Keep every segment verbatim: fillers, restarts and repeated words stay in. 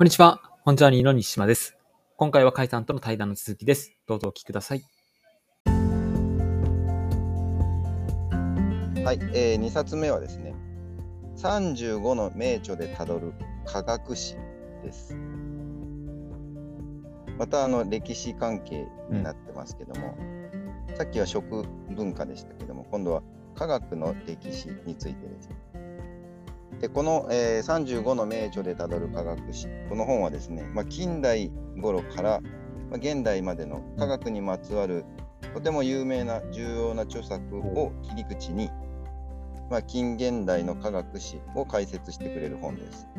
こんにちは。本ジャーニーの西島です。今回は甲斐さんとの対談の続きです。どうぞお聞きください。 はい、えー、にさつめはですね、さんじゅうごの名著でたどる科学史です。またあの歴史関係になってますけども、うん、さっきは食文化でしたけども、今度は科学の歴史についてです。でこの、えー、さんじゅうごの名著でたどる科学史、この本はですね、まあ、近代頃から、まあ、現代までの科学にまつわるとても有名な重要な著作を切り口に、まあ、近現代の科学史を解説してくれる本です。うん、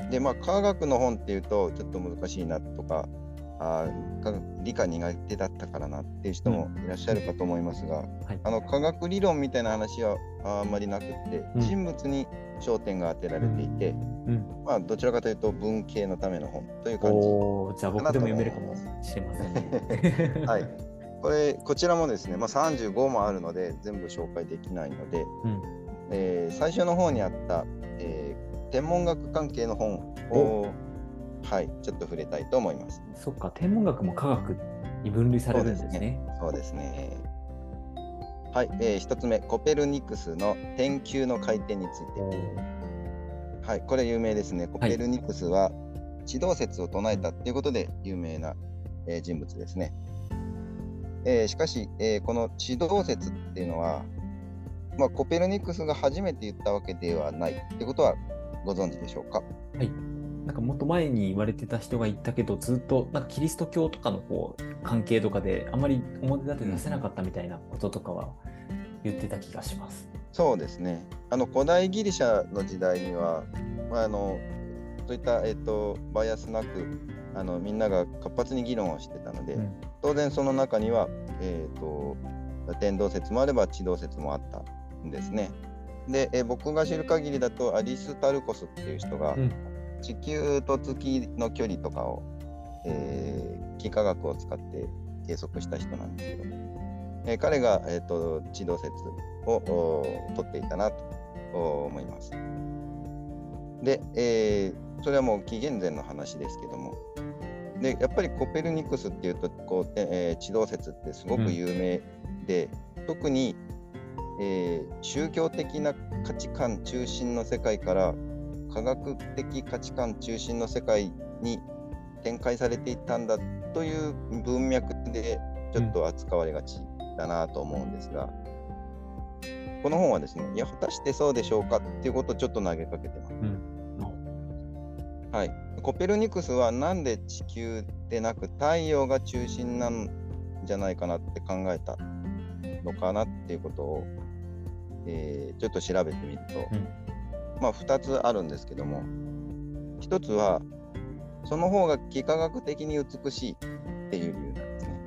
で、まあ、科学の本っていうとちょっと難しいなとか、あ理科苦手だったからなっていう人もいらっしゃるかと思いますが、うんはい、あの科学理論みたいな話はあんまりなくって、うん、人物に焦点が当てられていて、うん、まあ、どちらかというと文系のための本という感じ。 おじゃあ僕でも読めるかもしれませんね。 はい、これこちらもですね、まあ、さんじゅうごもあるので全部紹介できないので、うんえー、最初の方にあった、えー、天文学関係の本をはい、ちょっと触れたいと思います。 そっか、天文学も科学に分類されるんですね。 そうですね。はい、えー、ひとつめ、コペルニクスの天球の回転について。はい、これ有名ですね。コペルニクスは地動説を唱えたということで有名な、えー、人物ですね。えー、しかし、えー、この地動説っていうのは、まあ、コペルニクスが初めて言ったわけではないということはご存知でしょうか？ はい。なんかもっと前に言われてた人が言ったけど、ずっとなんかキリスト教とかのこう関係とかであまり表立て出せなかったみたいなこととかは言ってた気がします。 そうですね。あの古代ギリシャの時代には、まあ、あのそういった、えーと、バイアスなくあのみんなが活発に議論をしてたので、うん、当然その中には、えーと、天動説もあれば地動説もあったんですね。で、えー、僕が知る限りだとアリスタルコスっていう人が、うん地球と月の距離とかを、えー、幾何学を使って計測した人なんですけど、えー、彼が、えーと、地動説を取っていたなと思います。で、えー、それはもう紀元前の話ですけども、でやっぱりコペルニクスっていうとこう、えー、地動説ってすごく有名で、うん、特に、えー、宗教的な価値観中心の世界から科学的価値観中心の世界に展開されていったんだという文脈でちょっと扱われがちだなと思うんですが、うん、この本はですね、いや果たしてそうでしょうかっていうことをちょっと投げかけてます。うんはい、コペルニクスはなんで地球でなく太陽が中心なんじゃないかなって考えたのかなっていうことを、えー、ちょっと調べてみると、うんまあ、ふたつあるんですけども、ひとつはその方が幾何学的に美しいっていう理由なんですね。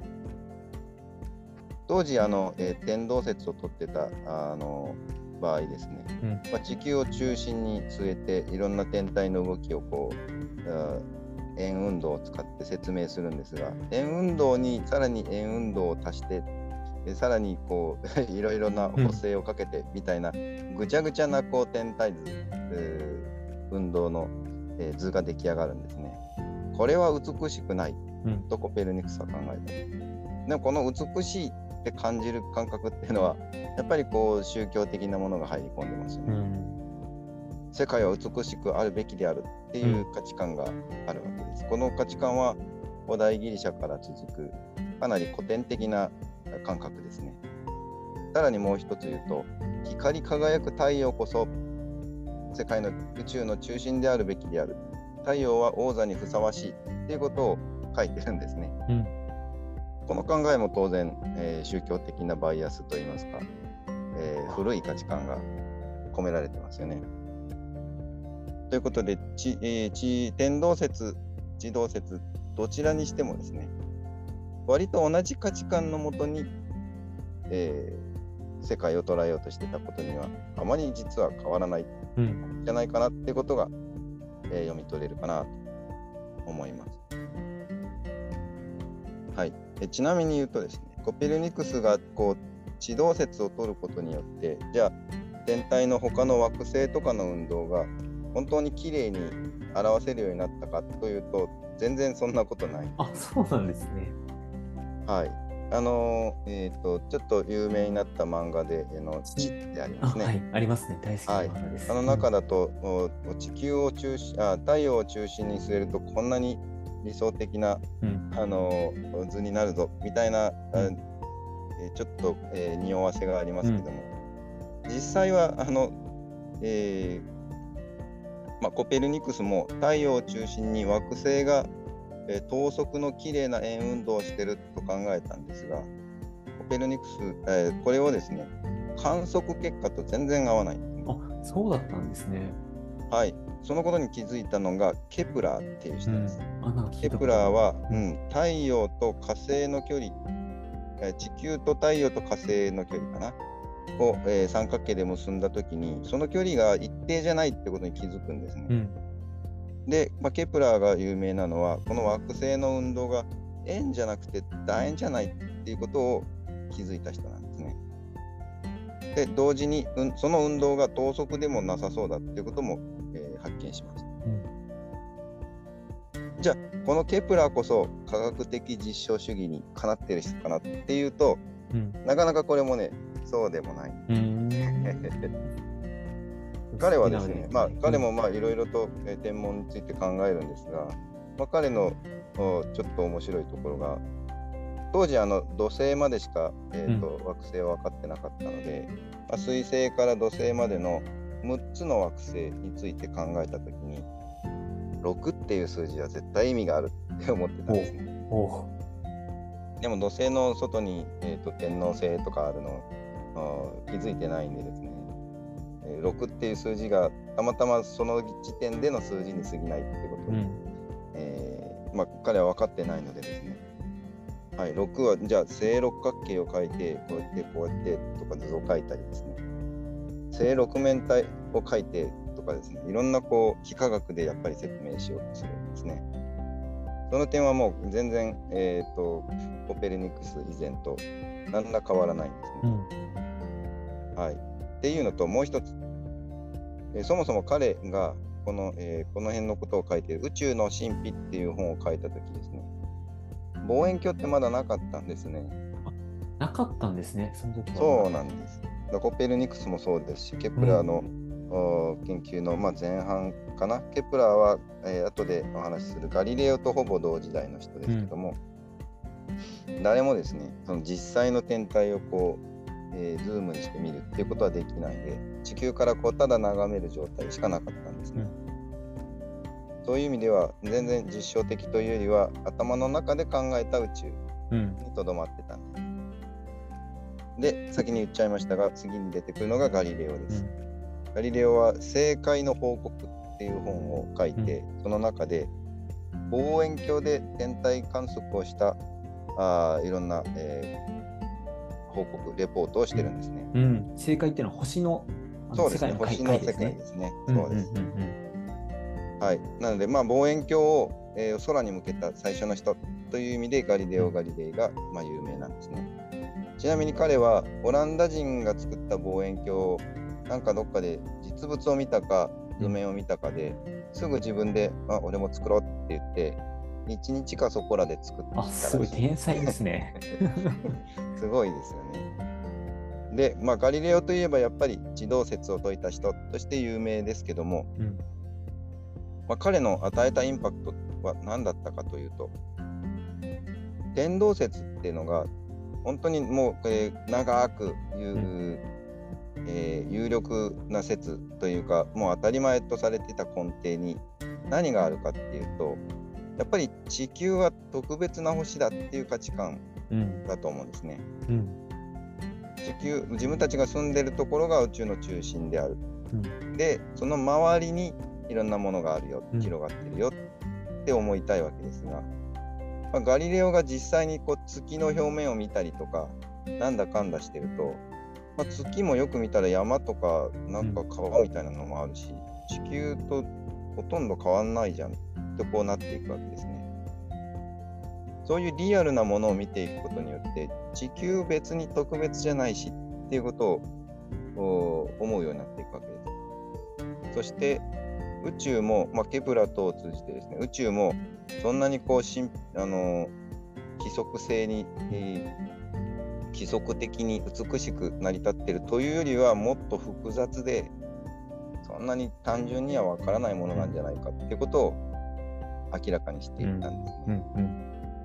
当時あの、えー、天動説を取ってたあの場合ですね、うんまあ、地球を中心に据えていろんな天体の動きをこう円運動を使って説明するんですが、円運動にさらに円運動を足してでさらにこういろいろな補正をかけてみたいな、うん、ぐちゃぐちゃなこう天体図、運動の、えー、図が出来上がるんですね。これは美しくない、うん、とコペルニクスは考えた。でもこの美しいって感じる感覚っていうのはやっぱりこう宗教的なものが入り込んでますよね。うん、世界は美しくあるべきであるっていう価値観があるわけです。この価値観は古代ギリシャから続くかなり古典的な感覚ですね。さらにもう一つ言うと、光り輝く太陽こそ世界の宇宙の中心であるべきである。太陽は王座にふさわしいということを書いてるんですね。うん、この考えも当然、えー、宗教的なバイアスといいますか、えー、古い価値観が込められてますよね。ということで、地、えー、地天動説、地動説、どちらにしてもですね、割と同じ価値観のもとに、えー、世界を捉えようとしてたことにはあまり実は変わらないんじゃないかなっていうことが、うんえー、読み取れるかなと思います。はい、えちなみに言うとですね、コペルニクスがこう地動説を取ることによって、じゃあ天体の他の惑星とかの運動が本当に綺麗に表せるようになったかというと全然そんなことない。 あ、そうなんですね。 はい。あのー、えっとちょっと有名になった漫画で「えの地」ってありますね。 あ、はい、ありますね。大好きな漫画です。 はい、あの中だと、うん、地球を中心あ太陽を中心に据えるとこんなに理想的な、うん、あの図になるぞみたいな、うん、えちょっと、えー、匂わせがありますけども、うん、実際はあの、えーまあ、コペルニクスも太陽を中心に惑星が、えー、等速の綺麗な円運動をしてると考えたんですが、コペルニクス、えー、これをですね観測結果と全然合わない。 あ、そうだったんですね。 はい。そのことに気づいたのがケプラーっていう人です。 うん、 ケプラーは、うん、太陽と火星の距離、地球と太陽と火星の距離かなを、えー、三角形で結んだときに、その距離が一定じゃないってことに気づくんですね。うん、で、まあ、ケプラーが有名なのは、この惑星の運動が円じゃなくて楕円じゃないっていうことを気づいた人なんですね。で、同時に、うん、その運動が等速でもなさそうだっていうことも、えー、発見しました。うん、じゃあ、このケプラーこそ科学的実証主義にかなっている人かなっていうと、うん、なかなかこれもね、そうでもない。彼はですね、まあ、彼もまあいろいろと天文について考えるんですが、まあ、彼のちょっと面白いところが、当時あの土星までしか、えーとうん、惑星は分かってなかったので、まあ、水星から土星までのむっつの惑星について考えたときに、ろくっていう数字は絶対意味があるって思ってたんですね。でも土星の外に、えーと、天王星とかあるの気づいてないんでですね、えー、ろくっていう数字がたまたまその時点での数字に過ぎないっていうことを、うんえーまあ、彼は分かってないのでですね、はい、ろくはじゃあ正六角形を描いてこうやってこうやってとか図を描いたりですね、正六面体を描いてとかですね、いろんなこう幾何学でやっぱり説明しようとするんですね。その点はもう全然、えーと、コペルニクス以前と何ら変わらないんですね。うんはい、っていうのともう一つ、えー、そもそも彼がこの、えー、この辺のことを書いている宇宙の神秘っていう本を書いたときですね、望遠鏡ってまだなかったんですね。 なかったんですね、その時は。 そうなんです。コペルニクスもそうですし、ケプラーの、うん、研究の、まあ、前半かな。ケプラーは、えー、後でお話しするガリレオとほぼ同時代の人ですけども、うん、誰もですね、その実際の天体をこう、えー、ズームにして見るっていうことはできないで、地球からこうただ眺める状態しかなかったんですね。うん、そういう意味では全然実証的というよりは頭の中で考えた宇宙にとどまってたんです。うんで、先に言っちゃいましたが、次に出てくるのがガリレオです。うん、ガリレオは正解の報告っていう本を書いて、うん、その中で望遠鏡で天体観測をしたあいろんな、えー、報告、レポートをしてるんですね。 うん、正解っていうのは星のそうですね、星の世界ですね。そうです。はい。なので、まあ、望遠鏡を、えー、空に向けた最初の人という意味でガリレオ・ガリレイが、まあ、有名なんですね。ちなみに彼はオランダ人が作った望遠鏡をなんかどっかで実物を見たか図面を見たかですぐ自分で、あ、俺も作ろうって言っていちにちかそこらで作ってきたらしい。あ、 すごい天才ですね。 すごいですよね。で、まあ、ガリレオといえばやっぱり地動説を説いた人として有名ですけども、うんまあ、彼の与えたインパクトは何だったかというと、天動説っていうのが本当にもう、えー、長く言う、うんえー、有力な説というかもう当たり前とされていた根底に何があるかっていうと、やっぱり地球は特別な星だっていう価値観だと思うんですね。うんうん、地球、自分たちが住んでるところが宇宙の中心である。うん、で、その周りにいろんなものがあるよ、広がってるよって思いたいわけですが、まあ、ガリレオが実際にこう月の表面を見たりとかなんだかんだしてると、まあ、月もよく見たら山とかなんか川みたいなのもあるし、地球とほとんど変わんないじゃんってこうなっていくわけですね。そういうリアルなものを見ていくことによって地球別に特別じゃないしっていうことを思うようになっていくわけです。そして宇宙も、まあ、ケプラ等を通じてですね、宇宙もそんなにこうしんあの規則性に、えー、規則的に美しく成り立っているというよりはもっと複雑で、そんなに単純にはわからないものなんじゃないかっていうことを明らかにしていったんですね。うんうんうん、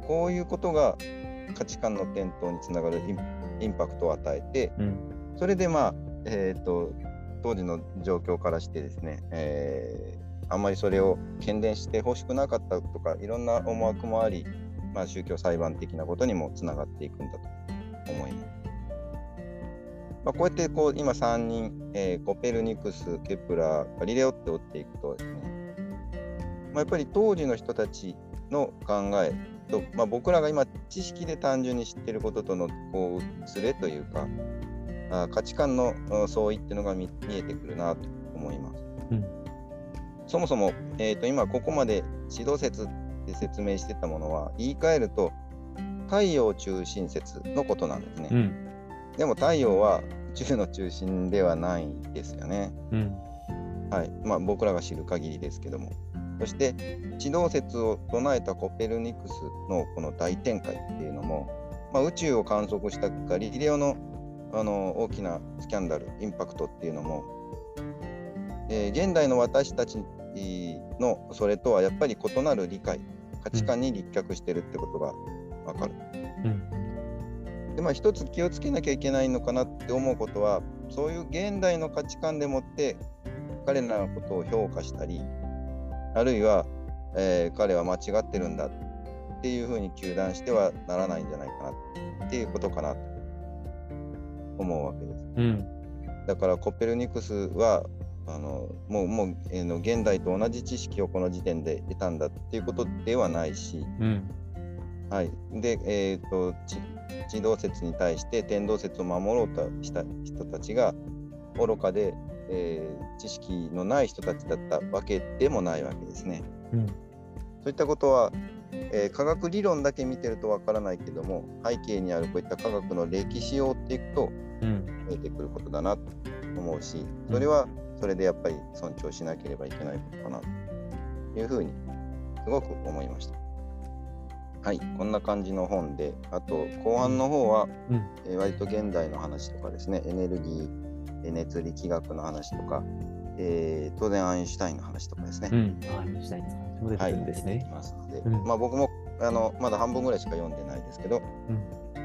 こういうことが価値観の転倒につながるイン、インパクトを与えて、うん、それでまあ、えーと、当時の状況からしてですね、えー、あんまりそれを喧伝してほしくなかったとか、いろんな思惑もあり、まあ、宗教裁判的なことにもつながっていくんだと思います。まあ、こうやってこう今さんにん、えー、コペルニクス、ケプラー、ガリレオって追っていくとですね、まあ、やっぱり当時の人たちの考えと、まあ、僕らが今知識で単純に知っていることとのこうズレというか、あ価値観の相違っていうのが 見, 見えてくるなと思います。うん、そもそも、えー、と今ここまで指導説で説明してたものは言い換えると太陽中心説のことなんですね。うん、でも太陽は宇宙の中心ではないですよね。うん、はい、まあ、僕らが知る限りですけども。そして地動説を唱えたコペルニクスのこの大展開っていうのも、まあ、宇宙を観測したガリレオの、あの大きなスキャンダル、インパクトっていうのも、えー、現代の私たちのそれとはやっぱり異なる理解、価値観に立脚してるってことがわかる。うん、でまあ一つ気をつけなきゃいけないのかなって思うことは、そういう現代の価値観でもって彼らのことを評価したり、あるいは、えー、彼は間違ってるんだっていうふうに糾弾してはならないんじゃないかなっていうことかなと思うわけです。うん、だからコペルニクスはあのもう、もう、えー、の現代と同じ知識をこの時点で得たんだっていうことではないし、うん、はい、で、えーと、地動説に対して天動説を守ろうとした人たちが愚かで、えー、知識のない人たちだったわけでもないわけですね。うん、そういったことは、えー、科学理論だけ見てるとわからないけども、背景にあるこういった科学の歴史を追っていくと見えてくることだなと思うし、それはそれでやっぱり尊重しなければいけないことかなというふうにすごく思いました。はい、こんな感じの本で、あと後半の方は、うん、えー、割と現代の話とかですね、エネルギー熱力学の話とか、えー、当然アインシュタインの話とかですね。うん、アインシュタインの話も出てくるんですね。はい、出てきますので、うん、まあ、僕もあのまだ半分ぐらいしか読んでないですけど、うん、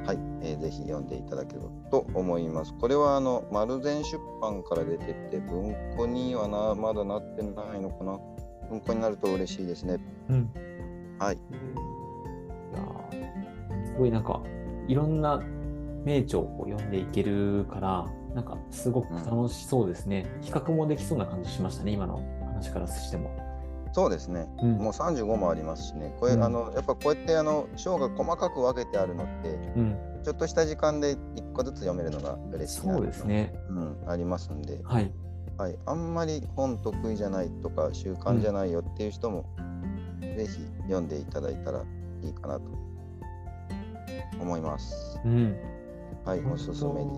はい、えー、ぜひ読んでいただければと思います。これはあの丸善出版から出てて、文庫にはなまだなってないのかな。文庫になると嬉しいですね。うん、はい。いやすごいなんかいろんな名著を読んでいけるから。なんかすごく楽しそうですね、うん、比較もできそうな感じしましたね、今の話からしても。 そうですね、うん、もうさんじゅうごもありますしね、これ、うん、あのやっぱこうやってあの章が細かく分けてあるのって、うん、ちょっとした時間でいっこずつ読めるのが嬉しいな。 そうですね、 うん、ありますんで、 はいはい、あんまり本得意じゃないとか習慣じゃないよっていう人も、うん、ぜひ読んでいただいたらいいかなと思います。うんはい、おすすめです。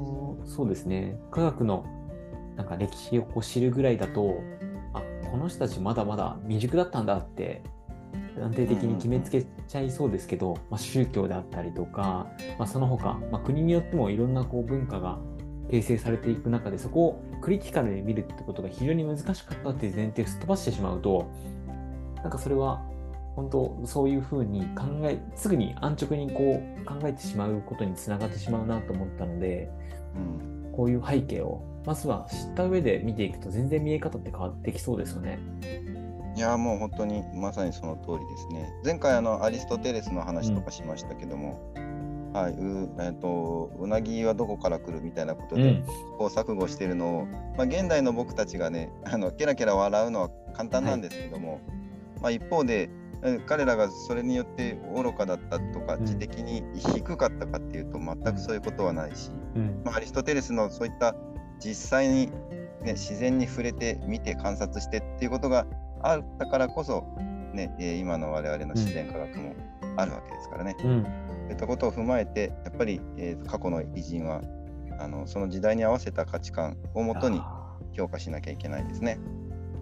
そうですね。科学のなんか歴史をこう知るぐらいだと、あ、この人たちまだまだ未熟だったんだって断定的に決めつけちゃいそうですけど、うんうんうん、まあ、宗教であったりとか、まあ、その他、まあ、国によってもいろんなこう文化が形成されていく中で、そこをクリティカルに見るってことが非常に難しかったっていう前提をすっ飛ばしてしまうと、なんかそれは本当そういうふうに考えすぐに安直にこう考えてしまうことにつながってしまうなと思ったので、うん、こういう背景をまずは知った上で見ていくと全然見え方って変わってきそうですよね。 いやもう本当にまさにその通りですね。前回あのアリストテレスの話とかしましたけども、うん、はい、う, えー、とうなぎはどこから来るみたいなことでこう錯誤しているのを、うんまあ、現代の僕たちがねあのケラケラ笑うのは簡単なんですけども、はいまあ、一方で彼らがそれによって愚かだったとか知的に低かったかっていうと全くそういうことはないし、うんまあ、アリストテレスのそういった実際に、ね、自然に触れて見て観察してっていうことがあったからこそ、ね、今の我々の自然科学もあるわけですからね、うん、そういったことを踏まえてやっぱり、えー、過去の偉人はあのその時代に合わせた価値観をもとに評価しなきゃいけないですね。 そ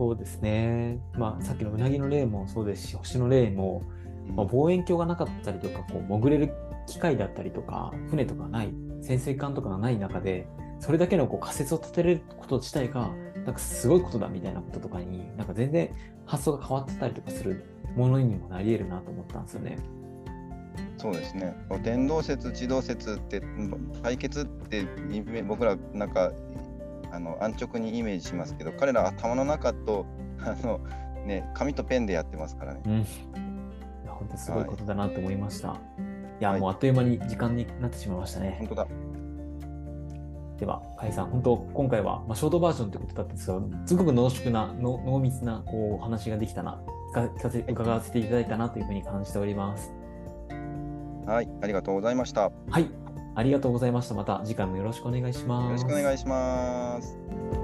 そうですね。まあ、さっきのうなぎの例もそうですし、星の例も、まあ、望遠鏡がなかったりとか、こう潜れる機械だったりとか、船とかない、潜水艦とかがない中で、それだけのこう仮説を立てれること自体が、なんかすごいことだみたいなこととかに、なんか全然発想が変わってたりとかするものにもなり得るなと思ったんですよね。 そうですね。天動説、地動説って対決って僕らなんかあの安直にイメージしますけど、彼ら頭の中とあの、ね、紙とペンでやってますからね。うん、いや本当すごいことだなと思いました。はい、いや、もうあっという間に時間になってしまいましたね。 本当だ。 では、甲斐さん、本当、今回は、まあ、ショートバージョンということだったんですが、すごく濃縮な、の濃密なこうお話ができたな、聞かせ伺わせていただいたなというふうに感じております。 はい、ありがとうございました。 はい、ありがとうございました。また次回もよろしくお願いします。 よろしくお願いします。